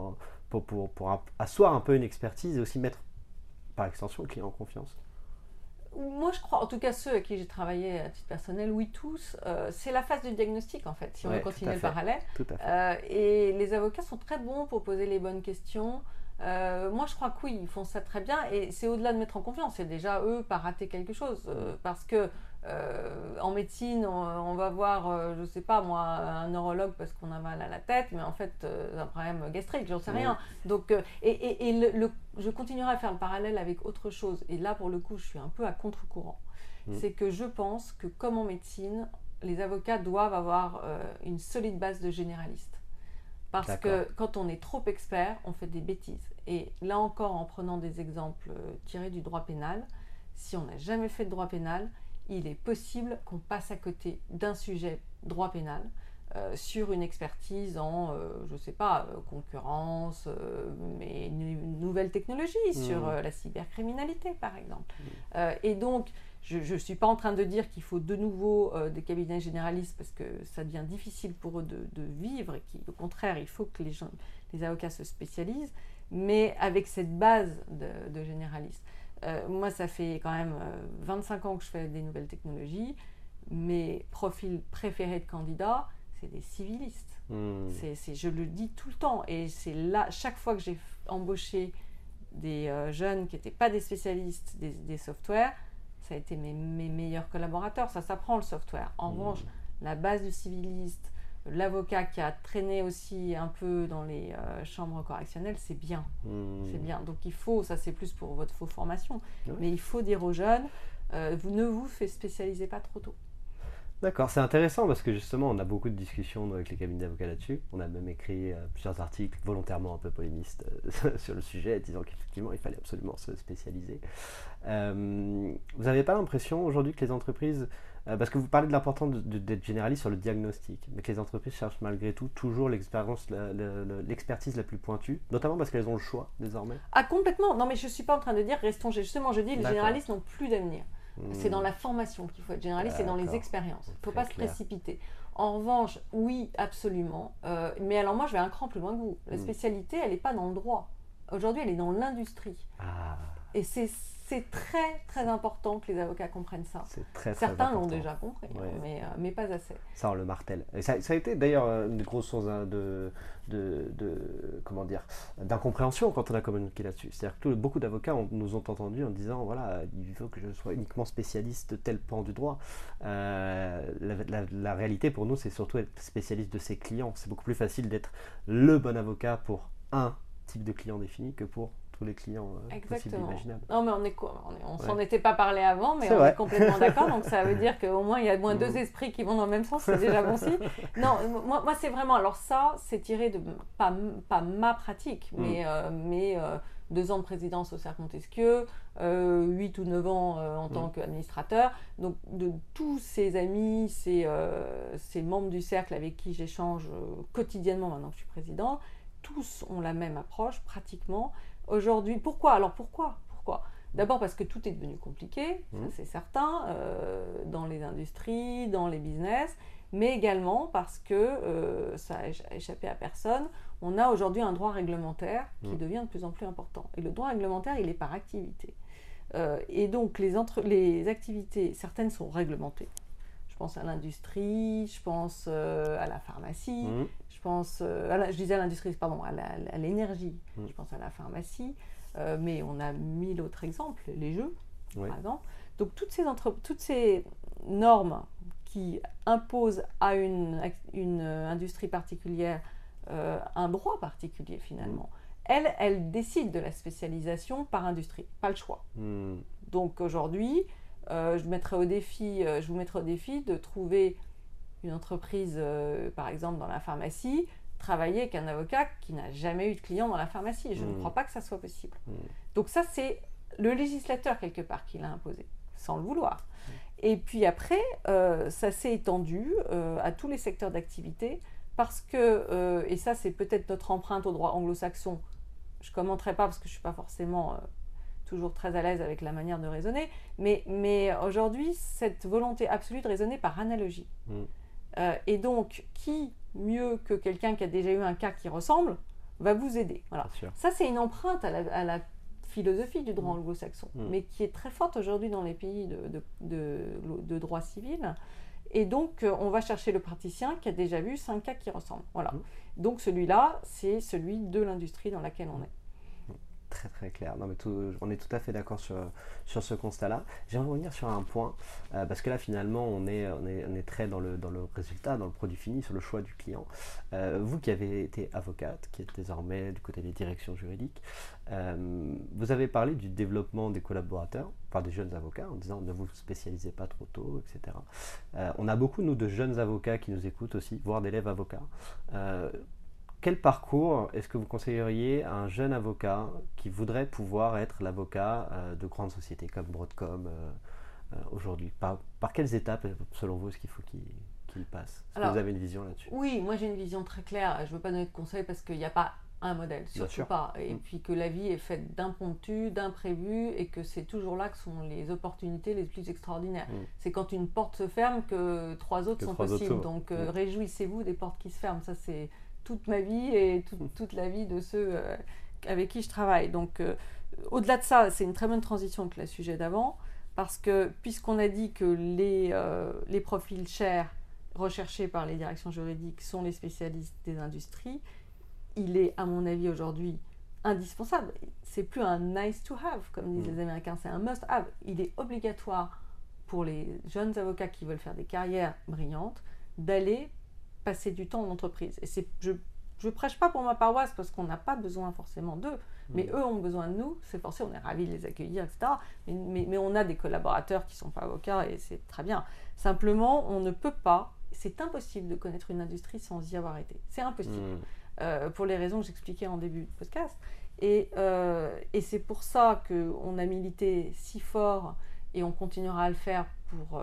pour asseoir un peu une expertise et aussi mettre par extension le client en confiance? Moi je crois, en tout cas ceux avec qui j'ai travaillé à titre personnel, oui tous, c'est la phase du diagnostic en fait, si on veut continuer le parallèle. Tout à fait. Et les avocats sont très bons pour poser les bonnes questions. Moi je crois que oui, ils font ça très bien et c'est au-delà de mettre en confiance, c'est déjà eux pas rater quelque chose parce que en médecine on va voir je sais pas moi un neurologue parce qu'on a mal à la tête, mais en fait un problème gastrique, j'en sais rien. Donc je continuerai à faire le parallèle avec autre chose et là pour le coup je suis un peu à contre-courant. C'est que je pense que comme en médecine les avocats doivent avoir une solide base de généraliste. Parce que quand on est trop expert, on fait des bêtises. Et là encore, en prenant des exemples tirés du droit pénal, si on n'a jamais fait de droit pénal, il est possible qu'on passe à côté d'un sujet droit pénal sur une expertise en, je ne sais pas, concurrence, mais une nouvelle technologie, sur la cybercriminalité par exemple. Et donc, je ne suis pas en train de dire qu'il faut de nouveau des cabinets généralistes parce que ça devient difficile pour eux de vivre et qu'au contraire, il faut que les avocats se spécialisent, mais avec cette base de généralistes. Moi, ça fait quand même 25 ans que je fais des nouvelles technologies. Mes profils préférés de candidats, c'est des civilistes. Je le dis tout le temps et c'est là, chaque fois que j'ai embauché des jeunes qui n'étaient pas des spécialistes des softwares, ça a été mes meilleurs collaborateurs. Ça s'apprend le software. En revanche, la base du civiliste, l'avocat qui a traîné aussi un peu dans les chambres correctionnelles, c'est bien. C'est bien. Donc il faut, ça c'est plus pour votre formation, mais il faut dire aux jeunes, ne vous spécialisez pas trop tôt. D'accord, c'est intéressant parce que justement on a beaucoup de discussions avec les cabinets d'avocats là-dessus. On a même écrit plusieurs articles volontairement un peu polémistes sur le sujet, disant qu'effectivement il fallait absolument se spécialiser. Vous n'avez pas l'impression aujourd'hui que les entreprises, parce que vous parlez de l'importance d'être généraliste sur le diagnostic, mais que les entreprises cherchent malgré tout toujours l'expertise la plus pointue, notamment parce qu'elles ont le choix désormais? Ah complètement, non mais je ne suis pas en train de dire restons, justement je dis les généralistes n'ont plus d'avenir. C'est dans la formation qu'il faut être généraliste, c'est dans les expériences. Il ne faut pas se précipiter. En revanche, oui, absolument. Mais alors moi, je vais un cran plus loin que vous. La spécialité, elle n'est pas dans le droit. Aujourd'hui, elle est dans l'industrie. Et c'est très, très important que les avocats comprennent ça. Certains l'ont déjà compris, mais pas assez. Ça, on le martèle. Et ça a été d'ailleurs une grosse source d'incompréhension quand on a communiqué là-dessus. C'est-à-dire que beaucoup d'avocats nous ont entendus en disant voilà, il faut que je sois uniquement spécialiste de tel pan du droit. La réalité pour nous, c'est surtout être spécialiste de ses clients. C'est beaucoup plus facile d'être le bon avocat pour un type de client défini que pour tous les clients possibles et imaginables. Non mais on s'en était pas parlé avant, mais on est complètement d'accord, donc ça veut dire qu'au moins il y a au moins deux esprits qui vont dans le même sens, c'est déjà bon signe. Non, moi c'est vraiment, alors ça c'est tiré de, pas ma pratique, mais 2 ans de présidence au Cercle Montesquieu, 8 ou 9 ans en tant qu'administrateur, donc de tous ces amis, ces membres du Cercle avec qui j'échange quotidiennement maintenant que je suis présidente, tous ont la même approche pratiquement. Aujourd'hui, pourquoi D'abord parce que tout est devenu compliqué, ça c'est certain, dans les industries, dans les business, mais également parce que, ça a échappé à personne, on a aujourd'hui un droit réglementaire qui devient de plus en plus important. Et le droit réglementaire, il est par activité. Et donc les activités, certaines sont réglementées. Je pense à l'industrie, je pense à la pharmacie, je pense je disais à l'industrie, pardon, à l'énergie, je pense à la pharmacie, mais on a 1000 autres exemples, les jeux, par exemple. Donc toutes ces normes qui imposent à une industrie particulière un droit particulier finalement, elles décident de la spécialisation par industrie, pas le choix. Donc aujourd'hui, je vous mettrai au défi de trouver une entreprise, par exemple dans la pharmacie, travailler avec un avocat qui n'a jamais eu de client dans la pharmacie. Je ne crois pas que ça soit possible. Donc ça, c'est le législateur quelque part qui l'a imposé, sans le vouloir. Et puis après, ça s'est étendu à tous les secteurs d'activité parce que, et ça c'est peut-être notre empreinte au droit anglo-saxon, je ne commenterai pas parce que je ne suis pas forcément toujours très à l'aise avec la manière de raisonner, mais aujourd'hui, cette volonté absolue de raisonner par analogie. Et donc, qui mieux que quelqu'un qui a déjà eu un cas qui ressemble va vous aider. Voilà. Ça, c'est une empreinte à la philosophie du droit anglo-saxon, mais qui est très forte aujourd'hui dans les pays de droit civil. Et donc, on va chercher le praticien qui a déjà vu 5 cas qui ressemblent. Voilà. Donc, celui-là, c'est celui de l'industrie dans laquelle on est. Très très clair. Non, mais on est tout à fait d'accord sur ce constat-là. J'aimerais revenir sur un point, parce que là finalement on est très dans le résultat, dans le produit fini, sur le choix du client. Vous qui avez été avocate, qui êtes désormais du côté des directions juridiques, vous avez parlé du développement des collaborateurs, enfin des jeunes avocats, en disant ne vous spécialisez pas trop tôt, etc. On a beaucoup nous de jeunes avocats qui nous écoutent aussi, voire d'élèves avocats. Quel parcours est-ce que vous conseilleriez à un jeune avocat qui voudrait pouvoir être l'avocat de grandes sociétés comme Broadcom aujourd'hui ? Par quelles étapes, selon vous, est-ce qu'il faut qu'il passe ? Est-ce que vous avez une vision là-dessus ? Oui, moi j'ai une vision très claire. Je ne veux pas donner de conseils parce qu'il n'y a pas un modèle, surtout pas. Et puis que la vie est faite d'impromptus, d'imprévus et que c'est toujours là que sont les opportunités les plus extraordinaires. C'est quand une porte se ferme que 3 autres sont possibles. Donc réjouissez-vous des portes qui se ferment. Ça, c'est toute ma vie et toute la vie de ceux avec qui je travaille. Donc, au-delà de ça, c'est une très bonne transition avec le sujet d'avant, parce que puisqu'on a dit que les profils chers recherchés par les directions juridiques sont les spécialistes des industries, il est, à mon avis, aujourd'hui indispensable. C'est plus un nice to have, comme disent les Américains, c'est un must have. Il est obligatoire pour les jeunes avocats qui veulent faire des carrières brillantes d'aller passer du temps en entreprise. Et je prêche pas pour ma paroisse parce qu'on n'a pas besoin forcément d'eux, mais eux ont besoin de nous, c'est forcé, on est ravis de les accueillir, etc. Mais on a des collaborateurs qui ne sont pas avocats et c'est très bien. Simplement, on ne peut pas, c'est impossible de connaître une industrie sans y avoir été. C'est impossible. Pour les raisons que j'expliquais en début de podcast. Et c'est pour ça qu'on a milité si fort et on continuera à le faire pour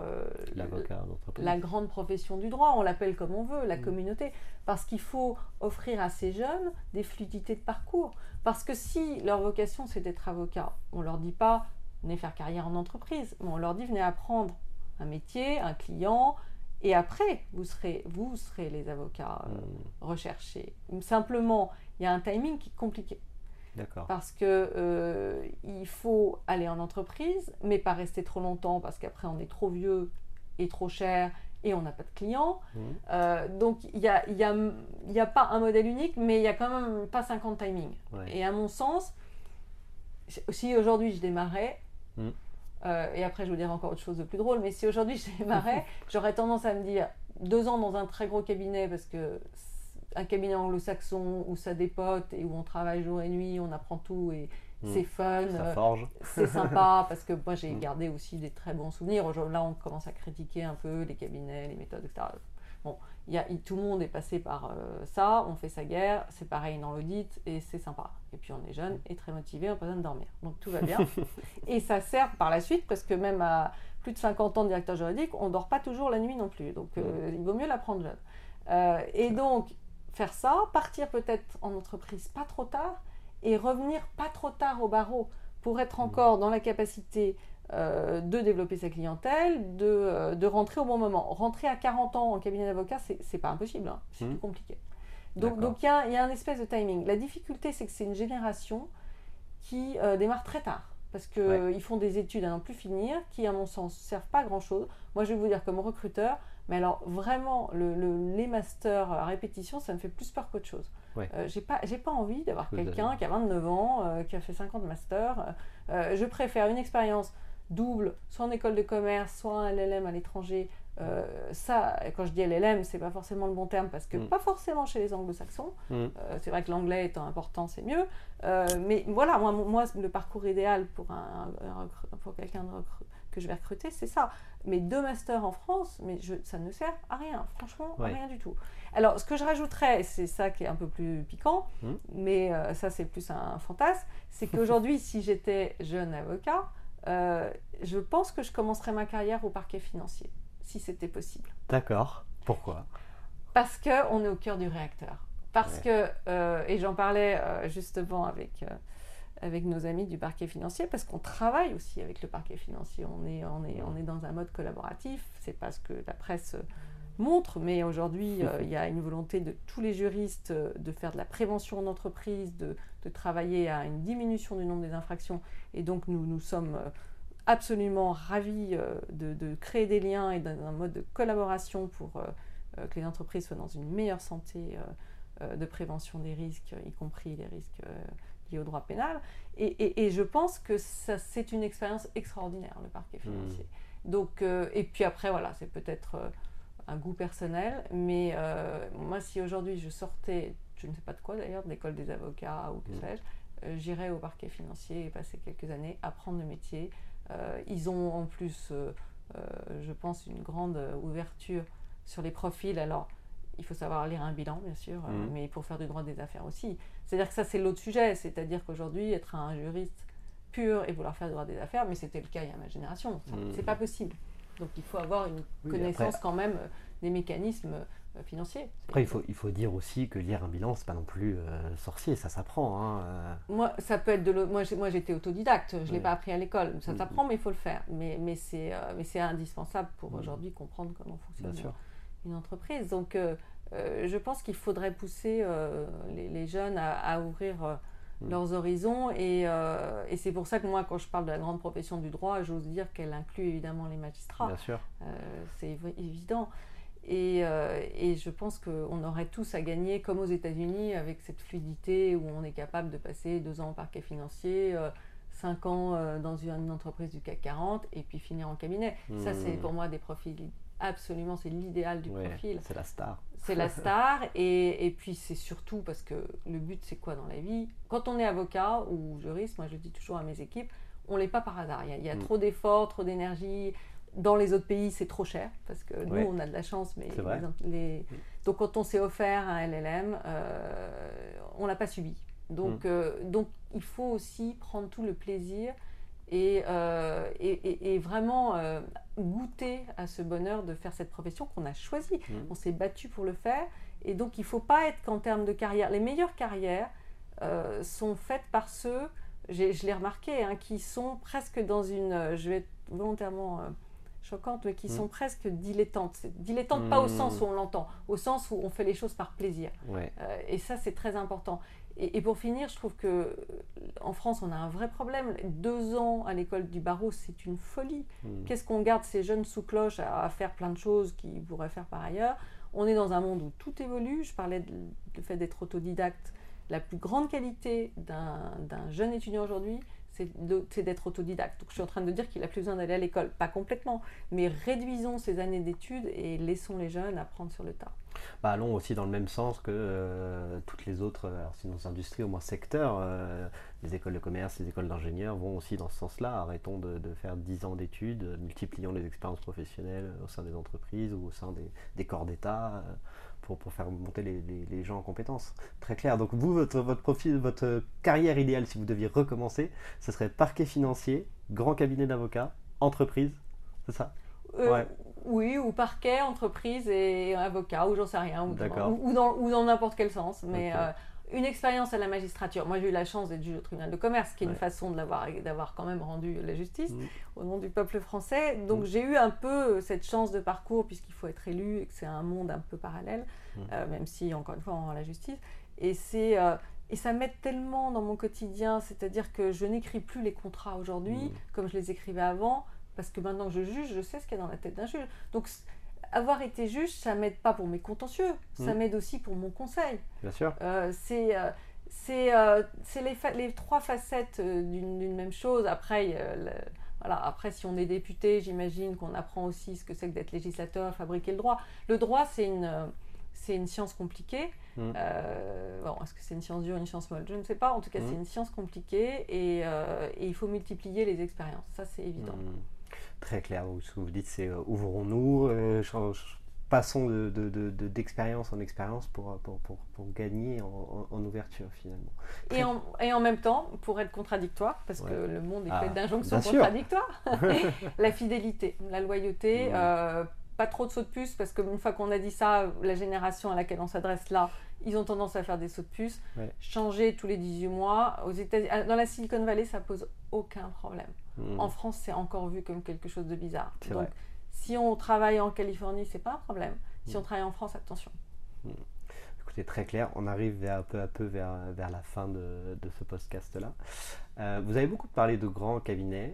la grande profession du droit, on l'appelle comme on veut, la communauté, parce qu'il faut offrir à ces jeunes des fluidités de parcours. Parce que si leur vocation c'est d'être avocat, on ne leur dit pas venez faire carrière en entreprise, mais on leur dit venez apprendre un métier, un client, et après vous serez les avocats recherchés. Simplement, il y a un timing qui est compliqué. D'accord. Parce que il faut aller en entreprise, mais pas rester trop longtemps parce qu'après on est trop vieux et trop cher et on n'a pas de clients. Donc il y a pas un modèle unique, mais il y a quand même pas 50 timings. Ouais. Et à mon sens, si aujourd'hui je démarrais, et après je vous dirai encore autre chose de plus drôle, mais si aujourd'hui je démarrais, j'aurais tendance à me dire 2 ans dans un très gros cabinet parce que un cabinet anglo-saxon où ça dépote et où on travaille jour et nuit, on apprend tout et c'est fun, ça forge. C'est sympa parce que moi j'ai gardé aussi des très bons souvenirs. Là on commence à critiquer un peu les cabinets, les méthodes, etc. Bon, tout le monde est passé par ça, on fait sa guerre, c'est pareil dans l'audit et c'est sympa. Et puis on est jeune et très motivé, on n'a pas besoin de dormir. Donc tout va bien. Et ça sert par la suite parce que même à plus de 50 ans de directeur juridique, on ne dort pas toujours la nuit non plus. Donc il vaut mieux l'apprendre jeune. Et donc faire ça, partir peut-être en entreprise pas trop tard et revenir pas trop tard au barreau pour être encore dans la capacité de développer sa clientèle, de rentrer au bon moment. Rentrer à 40 ans en cabinet d'avocat, c'est pas impossible, hein, c'est plus compliqué. Donc il y a un espèce de timing. La difficulté, c'est que c'est une génération qui démarre très tard. Parce qu'ils font des études à n'en plus finir, qui, à mon sens, ne servent pas à grand-chose. Moi, je vais vous dire, comme recruteur, mais alors vraiment, les masters à répétition, ça me fait plus peur qu'autre chose. Ouais. J'ai pas envie d'avoir quelqu'un qui a 29 ans, qui a fait 50 masters. Je préfère une expérience double, soit en école de commerce, soit un LLM à l'étranger. Ça, quand je dis LLM, c'est pas forcément le bon terme parce que pas forcément chez les anglo-saxons. C'est vrai que l'anglais étant important, c'est mieux. Mais voilà, moi, le parcours idéal pour quelqu'un que je vais recruter, c'est ça. Mais 2 masters en France, ça ne sert à rien, franchement, à rien du tout. Alors, ce que je rajouterais, c'est ça qui est un peu plus piquant, mais ça, c'est plus un fantasme, c'est qu'aujourd'hui, si j'étais jeune avocat, je pense que je commencerais ma carrière au parquet financier. Si c'était possible. D'accord. Pourquoi ? Parce qu'on est au cœur du réacteur. Parce que, et j'en parlais justement avec nos amis du parquet financier, parce qu'on travaille aussi avec le parquet financier. On est dans un mode collaboratif. C'est pas ce que la presse montre, mais aujourd'hui, il y a une volonté de tous les juristes de faire de la prévention en entreprise, de travailler à une diminution du nombre des infractions. Et donc, nous sommes absolument ravis de créer des liens et d'un mode de collaboration pour que les entreprises soient dans une meilleure santé de prévention des risques, y compris les risques liés au droit pénal. Et je pense que c'est une expérience extraordinaire, le parquet financier. Donc, et puis après, voilà, c'est peut-être un goût personnel, mais moi, si aujourd'hui je sortais, je ne sais pas de quoi d'ailleurs, de l'école des avocats ou que sais-je, j'irais au parquet financier et passer quelques années, apprendre le métier. Ils ont en plus, je pense, une grande ouverture sur les profils. Alors, il faut savoir lire un bilan, bien sûr, mais pour faire du droit des affaires aussi. C'est-à-dire que ça, c'est l'autre sujet. C'est-à-dire qu'aujourd'hui, être un juriste pur et vouloir faire du droit des affaires, mais c'était le cas il y a ma génération. C'est pas possible. Donc, il faut avoir une connaissance quand même des mécanismes financiers. Après, il faut dire aussi que lire un bilan, c'est pas non plus sorcier, ça s'apprend. Hein. Moi, ça peut être moi, j'étais autodidacte, je l'ai pas appris à l'école. Ça s'apprend, mais il faut le faire. Mais c'est indispensable pour aujourd'hui comprendre comment fonctionne une entreprise. Donc, je pense qu'il faudrait pousser les jeunes à ouvrir leurs horizons. Et c'est pour ça que moi, quand je parle de la grande profession du droit, j'ose dire qu'elle inclut évidemment les magistrats. Bien sûr. C'est évident. Et je pense qu'on aurait tous à gagner, comme aux États-Unis, avec cette fluidité où on est capable de passer 2 ans au parquet financier, 5 ans dans une entreprise du CAC 40 et puis finir en cabinet. Ça, c'est pour moi des profils, absolument, c'est l'idéal du profil. C'est la star. C'est la star et puis c'est surtout parce que le but, c'est quoi dans la vie ? Quand on est avocat ou juriste, moi je dis toujours à mes équipes, on ne l'est pas par hasard. Il y a trop d'efforts, trop d'énergie. Dans les autres pays, c'est trop cher, parce que nous, on a de la chance, mais donc quand on s'est offert un LLM, on ne l'a pas subi. Donc il faut aussi prendre tout le plaisir et vraiment goûter à ce bonheur de faire cette profession qu'on a choisie. On s'est battu pour le faire, et donc il ne faut pas être qu'en termes de carrière. Les meilleures carrières sont faites par ceux, je l'ai remarqué, qui sont presque dans une, je vais être volontairement choquante, mais qui sont presque dilettantes. Dilettantes, pas au sens où on l'entend, au sens où on fait les choses par plaisir. Et ça, c'est très important. Et pour finir, je trouve qu'en France, on a un vrai problème. 2 ans à l'école du barreau, c'est une folie. Qu'est-ce qu'on garde ces jeunes sous cloche à faire plein de choses qu'ils pourraient faire par ailleurs ? On est dans un monde où tout évolue. Je parlais du fait d'être autodidacte. La plus grande qualité d'un jeune étudiant aujourd'hui, c'est d'être autodidacte. Donc je suis en train de dire qu'il n'a plus besoin d'aller à l'école. Pas complètement, mais réduisons ces années d'études et laissons les jeunes apprendre sur le tas. Allons aussi dans le même sens que toutes les autres, alors sinon industries, au moins secteurs, les écoles de commerce, les écoles d'ingénieurs vont aussi dans ce sens-là. Arrêtons de faire 10 ans d'études, multiplions les expériences professionnelles au sein des entreprises ou au sein des corps d'État pour faire monter les gens en compétences. Très clair. Donc vous, votre profil, votre carrière idéale, si vous deviez recommencer, ce serait parquet financier, grand cabinet d'avocats, entreprise, c'est ça ? Oui, ou parquet, entreprise et avocat, ou j'en sais rien, ou dans n'importe quel sens. Mais une expérience à la magistrature. Moi, j'ai eu la chance d'être juge au tribunal de commerce, qui est une façon d'avoir quand même rendu la justice au nom du peuple français. Donc, j'ai eu un peu cette chance de parcours, puisqu'il faut être élu et que c'est un monde un peu parallèle, même si, encore une fois, on rend la justice. Et ça m'aide tellement dans mon quotidien, c'est-à-dire que je n'écris plus les contrats aujourd'hui comme je les écrivais avant, parce que maintenant que je juge, je sais ce qu'il y a dans la tête d'un juge. Donc, avoir été juge, ça m'aide pas pour mes contentieux, ça m'aide aussi pour mon conseil. Bien sûr. C'est les trois facettes d'une même chose. Après, après, si on est député, j'imagine qu'on apprend aussi ce que c'est que d'être législateur, fabriquer le droit. Le droit, c'est une science compliquée. Est-ce que c'est une science dure, une science molle ? Je ne sais pas. En tout cas, c'est une science compliquée et il faut multiplier les expériences. Ça, c'est évident. Très clair. Ce que vous dites, c'est ouvrons-nous, passons d'expérience en expérience pour gagner en ouverture finalement. Et en même temps, pour être contradictoire, parce que le monde est fait d'injonctions bien contradictoires, la fidélité, la loyauté, pas trop de sauts de puce, parce qu'une fois qu'on a dit ça, la génération à laquelle on s'adresse là, ils ont tendance à faire des sauts de puce. Changer tous les 18 mois. Dans la Silicon Valley, ça pose aucun problème. En France, c'est encore vu comme quelque chose de bizarre. Donc, si on travaille en Californie, c'est pas un problème. Si on travaille en France, attention. Écoutez, très clair. On arrive peu à peu vers la fin de ce podcast-là. Vous avez beaucoup parlé de grands cabinets.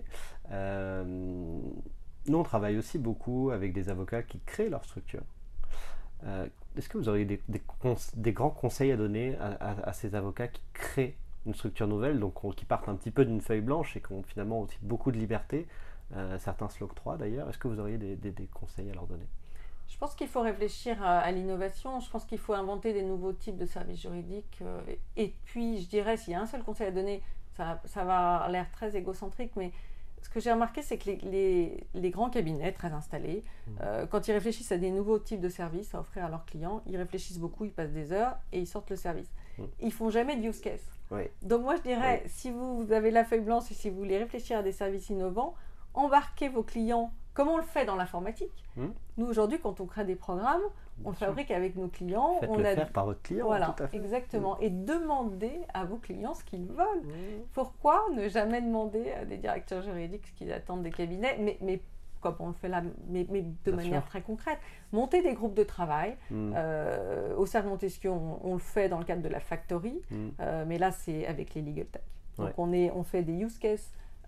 Nous, on travaille aussi beaucoup avec des avocats qui créent leur structure. Est-ce que vous auriez des grands conseils à donner à ces avocats qui créent une structure nouvelle, donc qui partent un petit peu d'une feuille blanche et qui ont finalement aussi beaucoup de liberté, certains se l'octroient d'ailleurs. Est-ce que vous auriez des conseils à leur donner ? Je pense qu'il faut réfléchir à l'innovation, je pense qu'il faut inventer des nouveaux types de services juridiques. Et puis, je dirais, s'il y a un seul conseil à donner, ça va avoir l'air très égocentrique, mais ce que j'ai remarqué, c'est que les grands cabinets très installés, quand ils réfléchissent à des nouveaux types de services à offrir à leurs clients, ils réfléchissent beaucoup, ils passent des heures et ils sortent le service. Ils ne font jamais de use case. Donc moi, je dirais, si vous avez la feuille blanche et si vous voulez réfléchir à des services innovants, embarquez vos clients, comme on le fait dans l'informatique. Nous, aujourd'hui, quand on crée des programmes, on le fabrique avec nos clients. Faire par votre client. Voilà, tout à fait. Exactement. Et demandez à vos clients ce qu'ils veulent. Pourquoi ne jamais demander à des directeurs juridiques ce qu'ils attendent des cabinets, mais comme on le fait là, mais de manière très concrète. Monter des groupes de travail. Au Cercle Montesquieu, on le fait dans le cadre de la factory, mais là, c'est avec les legal tech. Donc, on fait des use cases,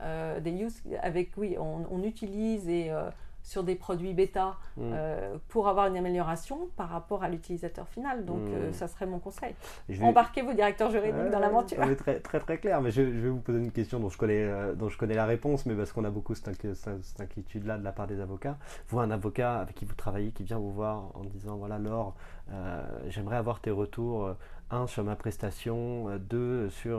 on utilise sur des produits bêta pour avoir une amélioration par rapport à l'utilisateur final. Donc, ça serait mon conseil. Embarquez vos directeurs juridiques dans l'aventure. C'est très, très, très clair. Mais je vais vous poser une question dont je connais la réponse, mais parce qu'on a beaucoup cette inquiétude-là de la part des avocats. Vous, un avocat avec qui vous travaillez, qui vient vous voir en disant, voilà Laure, j'aimerais avoir tes retours, 1 sur ma prestation, 2 sur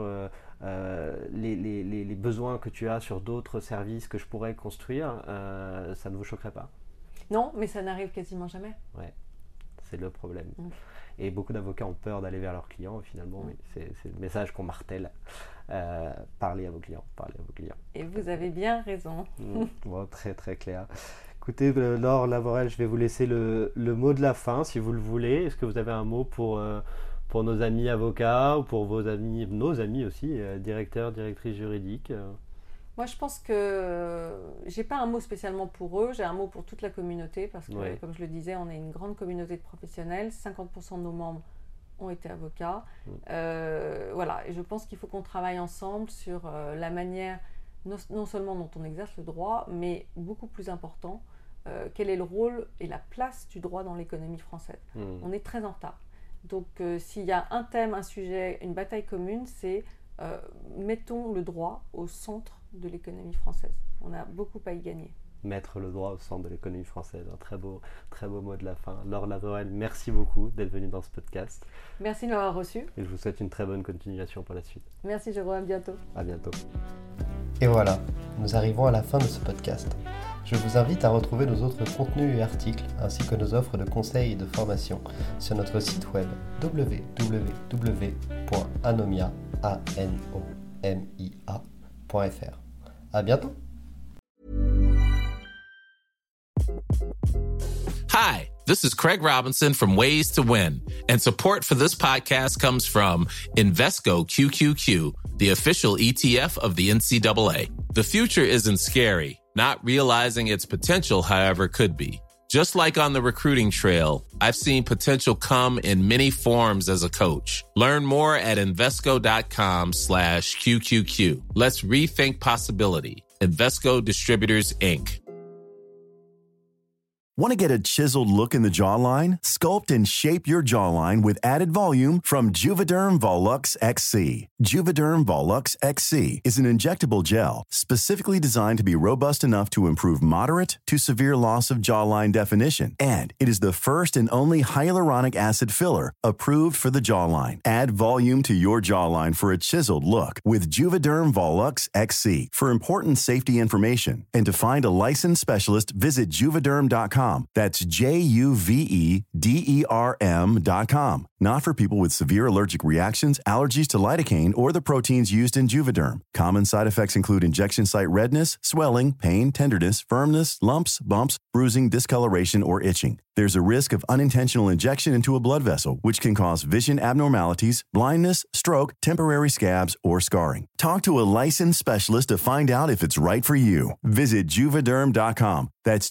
les besoins que tu as sur d'autres services que je pourrais construire, ça ne vous choquerait pas ? Non, mais ça n'arrive quasiment jamais. Ouais, c'est le problème. Et beaucoup d'avocats ont peur d'aller vers leurs clients, et finalement, c'est le message qu'on martèle. Parlez à vos clients, Et vous avez bien raison. Bon, très très clair. Écoutez, Laure Lavorel, je vais vous laisser le mot de la fin, si vous le voulez. Est-ce que vous avez un mot pour nos amis avocats ou pour nos amis aussi, directeurs, directrices juridiques ? Moi, je pense que j'ai pas un mot spécilement pour eux, j'ai un mot pour toute la communauté parce que, comme je le disais, on est une grande communauté de professionnels, 50% de nos membres ont été avocats. Et je pense qu'il faut qu'on travaille ensemble sur la manière, non seulement dont on exerce le droit, mais beaucoup plus important, quel est le rôle et la place du droit dans l'économie française. On est très en retard. Donc, s'il y a un thème, un sujet, une bataille commune, c'est mettons le droit au centre de l'économie française. On a beaucoup à y gagner. Mettre le droit au centre de l'économie française, un très beau mot de la fin. Laure Lavorel, merci beaucoup d'être venue dans ce podcast. Merci de m'avoir reçu. Et je vous souhaite une très bonne continuation pour la suite. Merci Jérôme, à bientôt. À bientôt. Et voilà, nous arrivons à la fin de ce podcast. Je vous invite à retrouver nos autres contenus et articles, ainsi que nos offres de conseils et de formation sur notre site web www.anomia.fr. À bientôt! Hi, this is Craig Robinson from Ways to Win, and support for this podcast comes from Invesco QQQ, the official ETF of the NCAA. The future isn't scary. Not realizing its potential, however, could be. Just like on the recruiting trail, I've seen potential come in many forms as a coach. Learn more at Invesco.com/QQQ. Let's rethink possibility. Invesco Distributors, Inc. Want to get a chiseled look in the jawline? Sculpt and shape your jawline with added volume from Juvederm Volux XC. Juvederm Volux XC is an injectable gel specifically designed to be robust enough to improve moderate to severe loss of jawline definition. And it is the first and only hyaluronic acid filler approved for the jawline. Add volume to your jawline for a chiseled look with Juvederm Volux XC. For important safety information and to find a licensed specialist, visit Juvederm.com. That's Juvederm.com. Not for people with severe allergic reactions, allergies to lidocaine, or the proteins used in Juvederm. Common side effects include injection site redness, swelling, pain, tenderness, firmness, lumps, bumps, bruising, discoloration, or itching. There's a risk of unintentional injection into a blood vessel, which can cause vision abnormalities, blindness, stroke, temporary scabs, or scarring. Talk to a licensed specialist to find out if it's right for you. Visit Juvederm.com. That's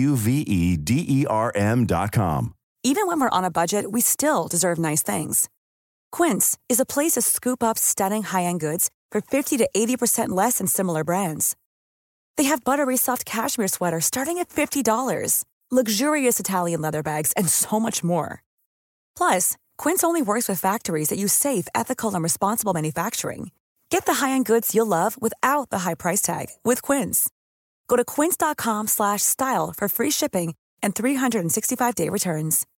Juvederm.com. Even when we're on a budget, we still deserve nice things. Quince is a place to scoop up stunning high-end goods for 50 to 80% less than similar brands. They have buttery soft cashmere sweaters starting at $50, luxurious Italian leather bags, and so much more. Plus, Quince only works with factories that use safe, ethical, and responsible manufacturing. Get the high-end goods you'll love without the high price tag with Quince. Go to quince.com/style for free shipping and 365-day returns.